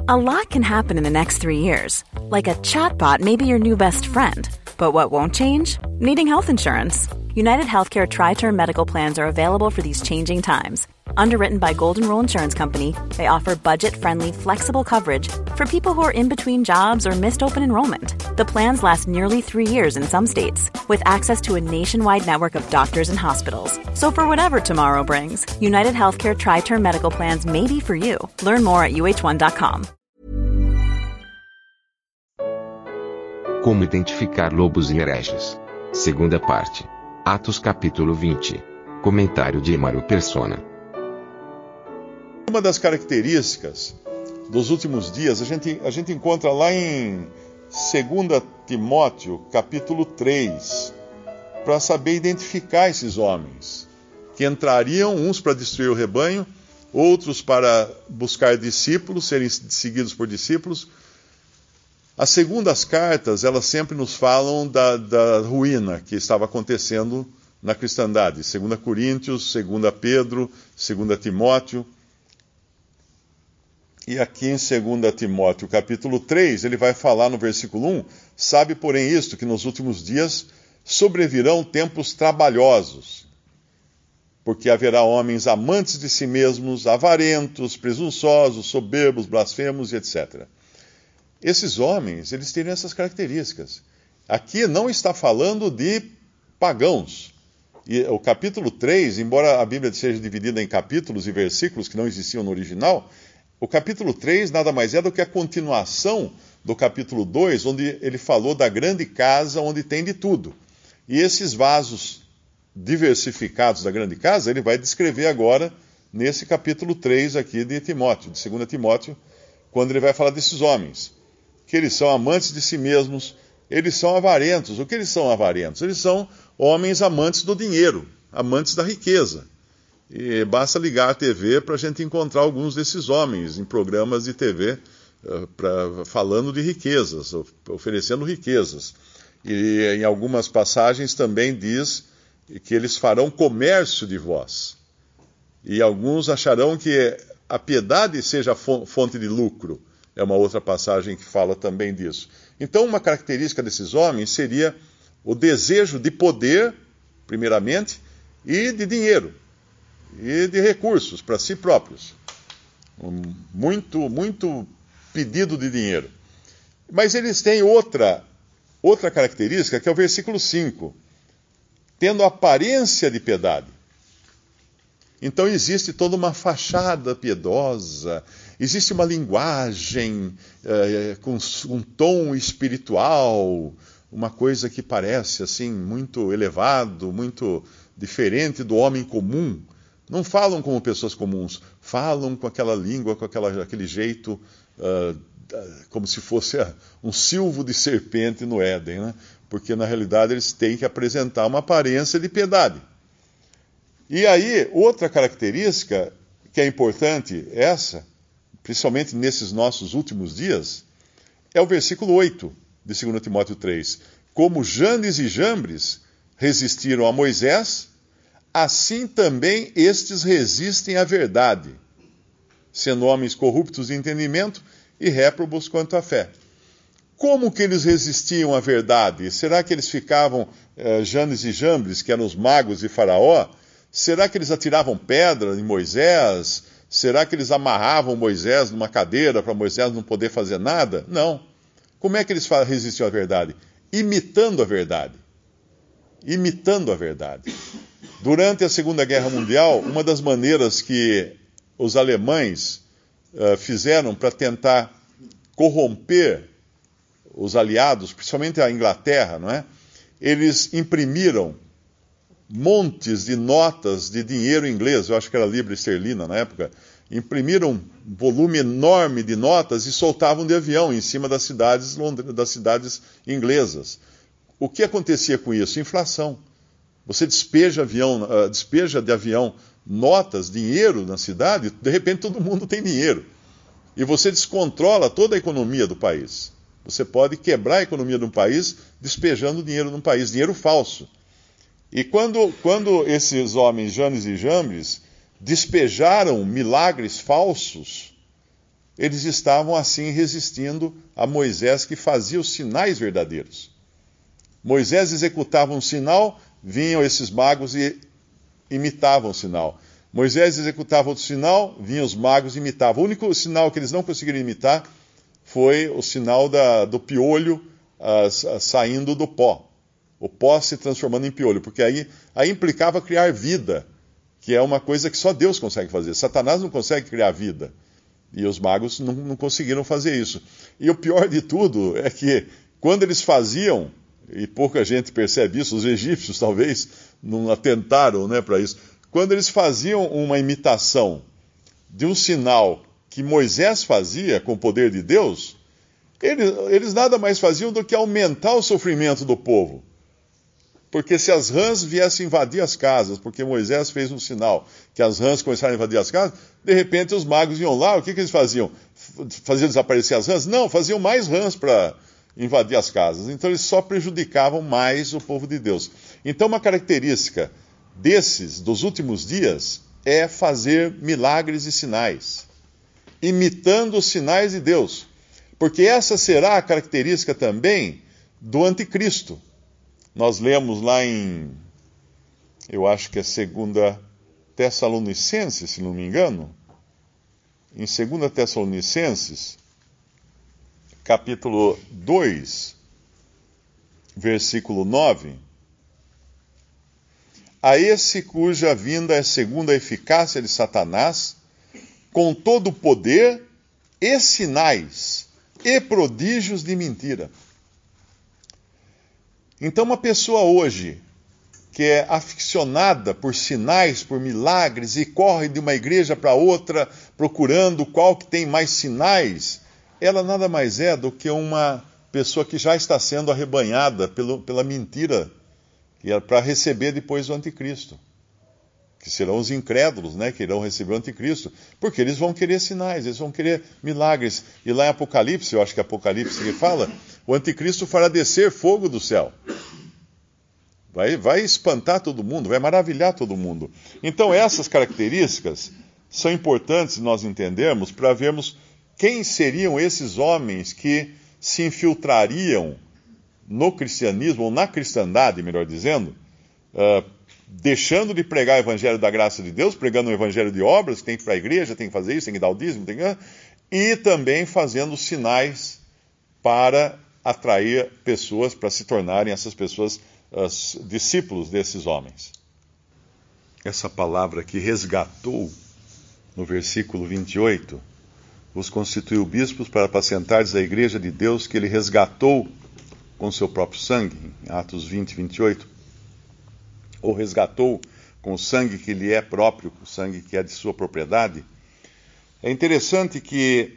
A lot can happen in the next 3 years. Like a chatbot may be your new best friend. But what won't change? Needing health insurance. United Healthcare Tri-Term Medical Plans are available for these changing times. Underwritten by Golden Rule Insurance Company, they offer budget-friendly, flexible coverage for people who are in between jobs or missed open enrollment. The plans last nearly 3 years in some states, with access to a nationwide network of doctors and hospitals. So for whatever tomorrow brings, United Healthcare Tri-Term Medical Plans may be for you. Learn more at uh1.com. Como identificar lobos e hereges. Segunda parte. Atos capítulo 20. Comentário de Emaro Persona. Uma das características dos últimos dias, a gente encontra lá em 2 Timóteo, capítulo 3, para saber identificar esses homens, que entrariam, uns para destruir o rebanho, outros para buscar discípulos, serem seguidos por discípulos. As segundas cartas, elas sempre nos falam da ruína que estava acontecendo na cristandade. 2 Coríntios, 2 Pedro, 2 Timóteo. E aqui em 2 Timóteo, capítulo 3, ele vai falar no versículo 1, sabe, porém, isto, que nos últimos dias sobrevirão tempos trabalhosos, porque haverá homens amantes de si mesmos, avarentos, presunçosos, soberbos, blasfemos, etc. Esses homens, eles teriam essas características. Aqui não está falando de pagãos. E o capítulo 3, embora a Bíblia seja dividida em capítulos e versículos que não existiam no original, o capítulo 3 nada mais é do que a continuação do capítulo 2, onde ele falou da grande casa onde tem de tudo. E esses vasos diversificados da grande casa, ele vai descrever agora nesse capítulo 3 aqui de Timóteo, de 2 Timóteo, quando ele vai falar desses homens, que eles são amantes de si mesmos, eles são avarentos. O que eles são avarentos? Eles são homens amantes do dinheiro, amantes da riqueza. E basta ligar a TV para a gente encontrar alguns desses homens em programas de TV falando de riquezas, oferecendo riquezas. E em algumas passagens também diz que eles farão comércio de vós. E alguns acharão que a piedade seja fonte de lucro. É uma outra passagem que fala também disso. Então, uma característica desses homens seria o desejo de poder, primeiramente, e de dinheiro, e de recursos para si próprios. Muito pedido de dinheiro. Mas eles têm outra característica, que é o versículo 5. Tendo aparência de piedade. Então existe toda uma fachada piedosa, existe uma linguagem com um tom espiritual, uma coisa que parece assim muito elevado, muito diferente do homem comum. Não falam como pessoas comuns, falam com aquela língua, com aquele jeito, como se fosse um silvo de serpente no Éden, né? Porque na realidade eles têm que apresentar uma aparência de piedade. E aí, outra característica que é importante, principalmente nesses nossos últimos dias, é o versículo 8 de 2 Timóteo 3. Como Janes e Jambres resistiram a Moisés, assim também estes resistem à verdade, sendo homens corruptos de entendimento e réprobos quanto à fé. Como que eles resistiam à verdade? Será que eles ficavam, Janes e Jambres, que eram os magos de Faraó, será que eles atiravam pedra em Moisés? Será que eles amarravam Moisés numa cadeira para Moisés não poder fazer nada? Não. Como é que eles resistiam à verdade? Imitando a verdade. Imitando a verdade. Durante a Segunda Guerra Mundial, uma das maneiras que os alemães fizeram para tentar corromper os aliados, principalmente a Inglaterra, não é? Eles imprimiram montes de notas de dinheiro inglês, eu acho que era libra esterlina na época, imprimiram um volume enorme de notas e soltavam de avião em cima das cidades inglesas. O que acontecia com isso? Inflação. Você despeja de avião notas, dinheiro na cidade, de repente todo mundo tem dinheiro. E você descontrola toda a economia do país. Você pode quebrar a economia de um país despejando dinheiro num país, dinheiro falso. E quando esses homens, Janes e Jambres, despejaram milagres falsos, eles estavam assim resistindo a Moisés, que fazia os sinais verdadeiros. Moisés executava um sinal, vinham esses magos e imitavam o sinal. Moisés executava outro sinal, vinham os magos e imitavam. O único sinal que eles não conseguiram imitar foi o sinal do piolho saindo do pó. O pó se transformando em piolho, porque aí implicava criar vida, que é uma coisa que só Deus consegue fazer. Satanás não consegue criar vida. E os magos não conseguiram fazer isso. E o pior de tudo é que quando eles faziam, e pouca gente percebe isso, os egípcios talvez não atentaram, né, para isso. Quando eles faziam uma imitação de um sinal que Moisés fazia com o poder de Deus, eles nada mais faziam do que aumentar o sofrimento do povo. Porque se as rãs viessem invadir as casas, porque Moisés fez um sinal que as rãs começaram a invadir as casas, de repente os magos iam lá, o que eles faziam? Faziam desaparecer as rãs? Não, faziam mais rãs para invadir as casas. Então eles só prejudicavam mais o povo de Deus. Então uma característica dos últimos dias, é fazer milagres e sinais, imitando os sinais de Deus. Porque essa será a característica também do anticristo. Nós lemos lá eu acho que é 2 Tessalonicenses, se não me engano, em 2 Tessalonicenses, capítulo 2, versículo 9, a esse cuja vinda é segundo a eficácia de Satanás, com todo o poder e sinais e prodígios de mentira. Então uma pessoa hoje que é aficionada por sinais, por milagres, e corre de uma igreja para outra procurando qual que tem mais sinais, ela nada mais é do que uma pessoa que já está sendo arrebanhada pela mentira, para receber depois o anticristo. Que serão os incrédulos, né, que irão receber o anticristo, porque eles vão querer sinais, eles vão querer milagres. E lá em Apocalipse, eu acho que é Apocalipse que fala, o anticristo fará descer fogo do céu. Vai espantar todo mundo, vai maravilhar todo mundo. Então essas características são importantes nós entendermos para vermos quem seriam esses homens que se infiltrariam no cristianismo, ou na cristandade, melhor dizendo, deixando de pregar o evangelho da graça de Deus, pregando o evangelho de obras, que tem que ir para a igreja, tem que fazer isso, tem que dar o dízimo, e também fazendo sinais para atrair pessoas, para se tornarem essas pessoas discípulos desses homens. Essa palavra que resgatou, no versículo 28, vos constituiu bispos para apacentardes a igreja de Deus que ele resgatou com seu próprio sangue, em Atos 20, 28, ou resgatou com o sangue que lhe é próprio, o sangue que é de sua propriedade. É interessante que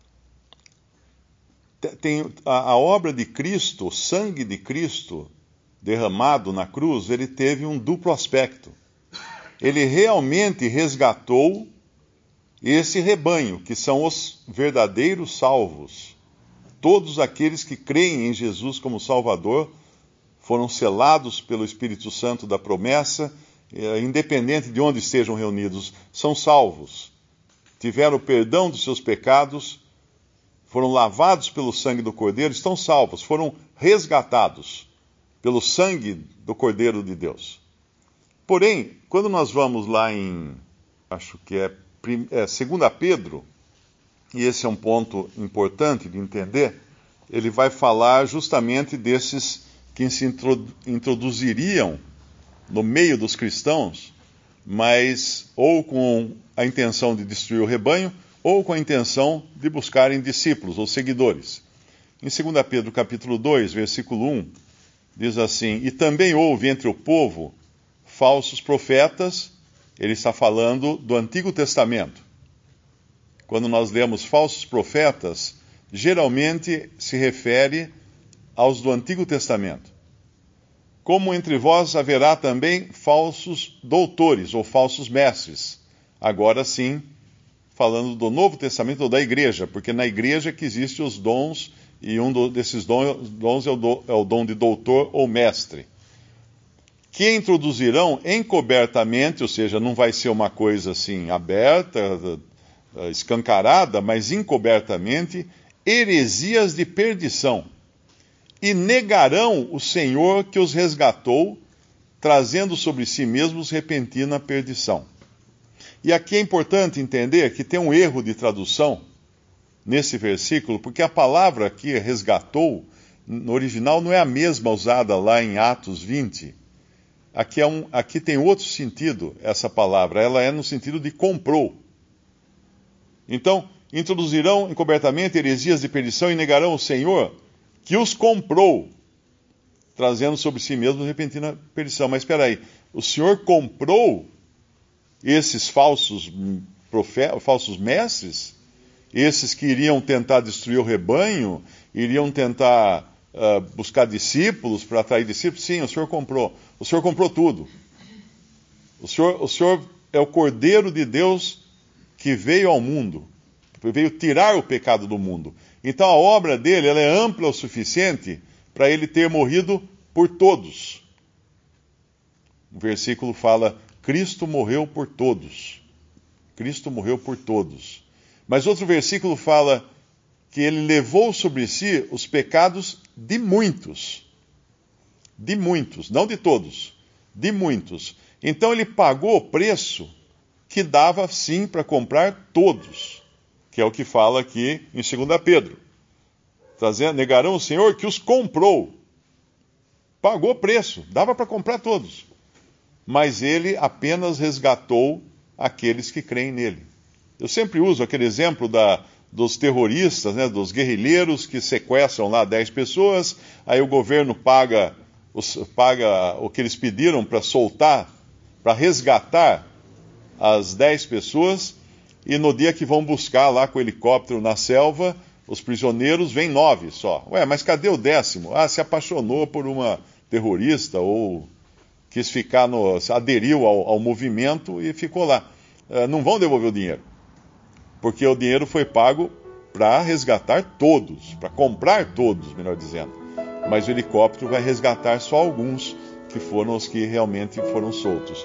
tem a obra de Cristo, o sangue de Cristo derramado na cruz, ele teve um duplo aspecto. Ele realmente resgatou esse rebanho, que são os verdadeiros salvos. Todos aqueles que creem em Jesus como Salvador foram selados pelo Espírito Santo da promessa, independente de onde estejam reunidos, são salvos. Tiveram o perdão dos seus pecados, foram lavados pelo sangue do Cordeiro, estão salvos, foram resgatados pelo sangue do Cordeiro de Deus. Porém, quando nós vamos lá acho que é 2 Pedro, e esse é um ponto importante de entender, ele vai falar justamente desses que se introduziriam no meio dos cristãos, mas ou com a intenção de destruir o rebanho, ou com a intenção de buscarem discípulos ou seguidores. Em 2 Pedro capítulo 2, versículo 1, diz assim, e também houve entre o povo falsos profetas, ele está falando do Antigo Testamento. Quando nós lemos falsos profetas, geralmente se refere aos do Antigo Testamento. Como entre vós haverá também falsos doutores ou falsos mestres. Agora sim, falando do Novo Testamento ou da igreja, porque na igreja que existem os dons, e desses dons é o dom de doutor ou mestre, que introduzirão encobertamente, ou seja, não vai ser uma coisa assim aberta, escancarada, mas encobertamente, heresias de perdição. E negarão o Senhor que os resgatou, trazendo sobre si mesmos repentina perdição. E aqui é importante entender que tem um erro de tradução nesse versículo, porque a palavra aqui, resgatou, no original não é a mesma usada lá em Atos 20. Aqui tem outro sentido, essa palavra. Ela é no sentido de comprou. Então, introduzirão encobertamente heresias de perdição e negarão o Senhor que os comprou, trazendo sobre si mesmo repentina perdição. Mas espera aí, o Senhor comprou esses falsos mestres? Esses que iriam tentar destruir o rebanho, iriam tentar buscar discípulos para atrair discípulos? Sim, o Senhor comprou. O Senhor comprou tudo. O Senhor é o Cordeiro de Deus que veio ao mundo, veio tirar o pecado do mundo. Então a obra dele ela é ampla o suficiente para ele ter morrido por todos. O versículo fala, Cristo morreu por todos. Cristo morreu por todos. Mas outro versículo fala que ele levou sobre si os pecados de muitos. De muitos, não de todos, de muitos. Então ele pagou o preço que dava sim para comprar todos, que é o que fala aqui em 2 Pedro. Negarão o Senhor que os comprou. Pagou o preço, dava para comprar todos. Mas ele apenas resgatou aqueles que creem nele. Eu sempre uso aquele exemplo dos terroristas, né, dos guerrilheiros que sequestram lá 10 pessoas, aí o governo paga o que eles pediram para soltar, para resgatar as 10 pessoas, e no dia que vão buscar lá com o helicóptero na selva, os prisioneiros, vêm 9 só. Ué, mas cadê o 10º? Ah, se apaixonou por uma terrorista, ou quis ficar aderiu ao movimento e ficou lá. Não vão devolver o dinheiro, porque o dinheiro foi pago para resgatar todos, para comprar todos, melhor dizendo. Mas o helicóptero vai resgatar só alguns, que foram os que realmente foram soltos.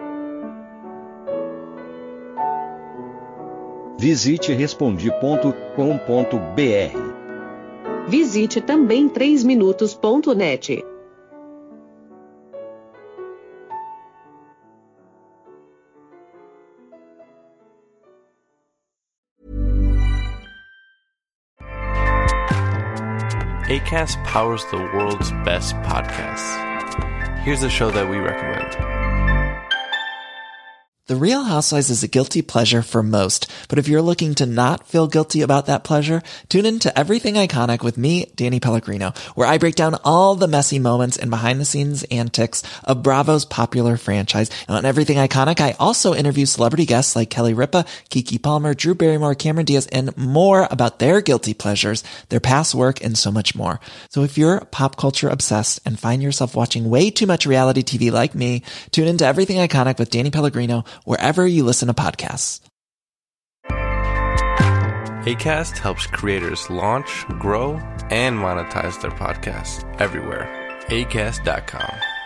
Visite Respondi.com.br. Visite também 3minutos.net. Acast powers the world's best podcasts. Here's a show that we recommend. The Real Housewives is a guilty pleasure for most, but if you're looking to not feel guilty about that pleasure, tune in to Everything Iconic with me, Danny Pellegrino, where I break down all the messy moments and behind-the-scenes antics of Bravo's popular franchise. And on Everything Iconic, I also interview celebrity guests like Kelly Ripa, Keke Palmer, Drew Barrymore, Cameron Diaz, and more about their guilty pleasures, their past work, and so much more. So if you're pop culture obsessed and find yourself watching way too much reality TV like me, tune into Everything Iconic with Danny Pellegrino, wherever you listen to podcasts. Acast helps creators launch, grow, and monetize their podcasts everywhere. Acast.com.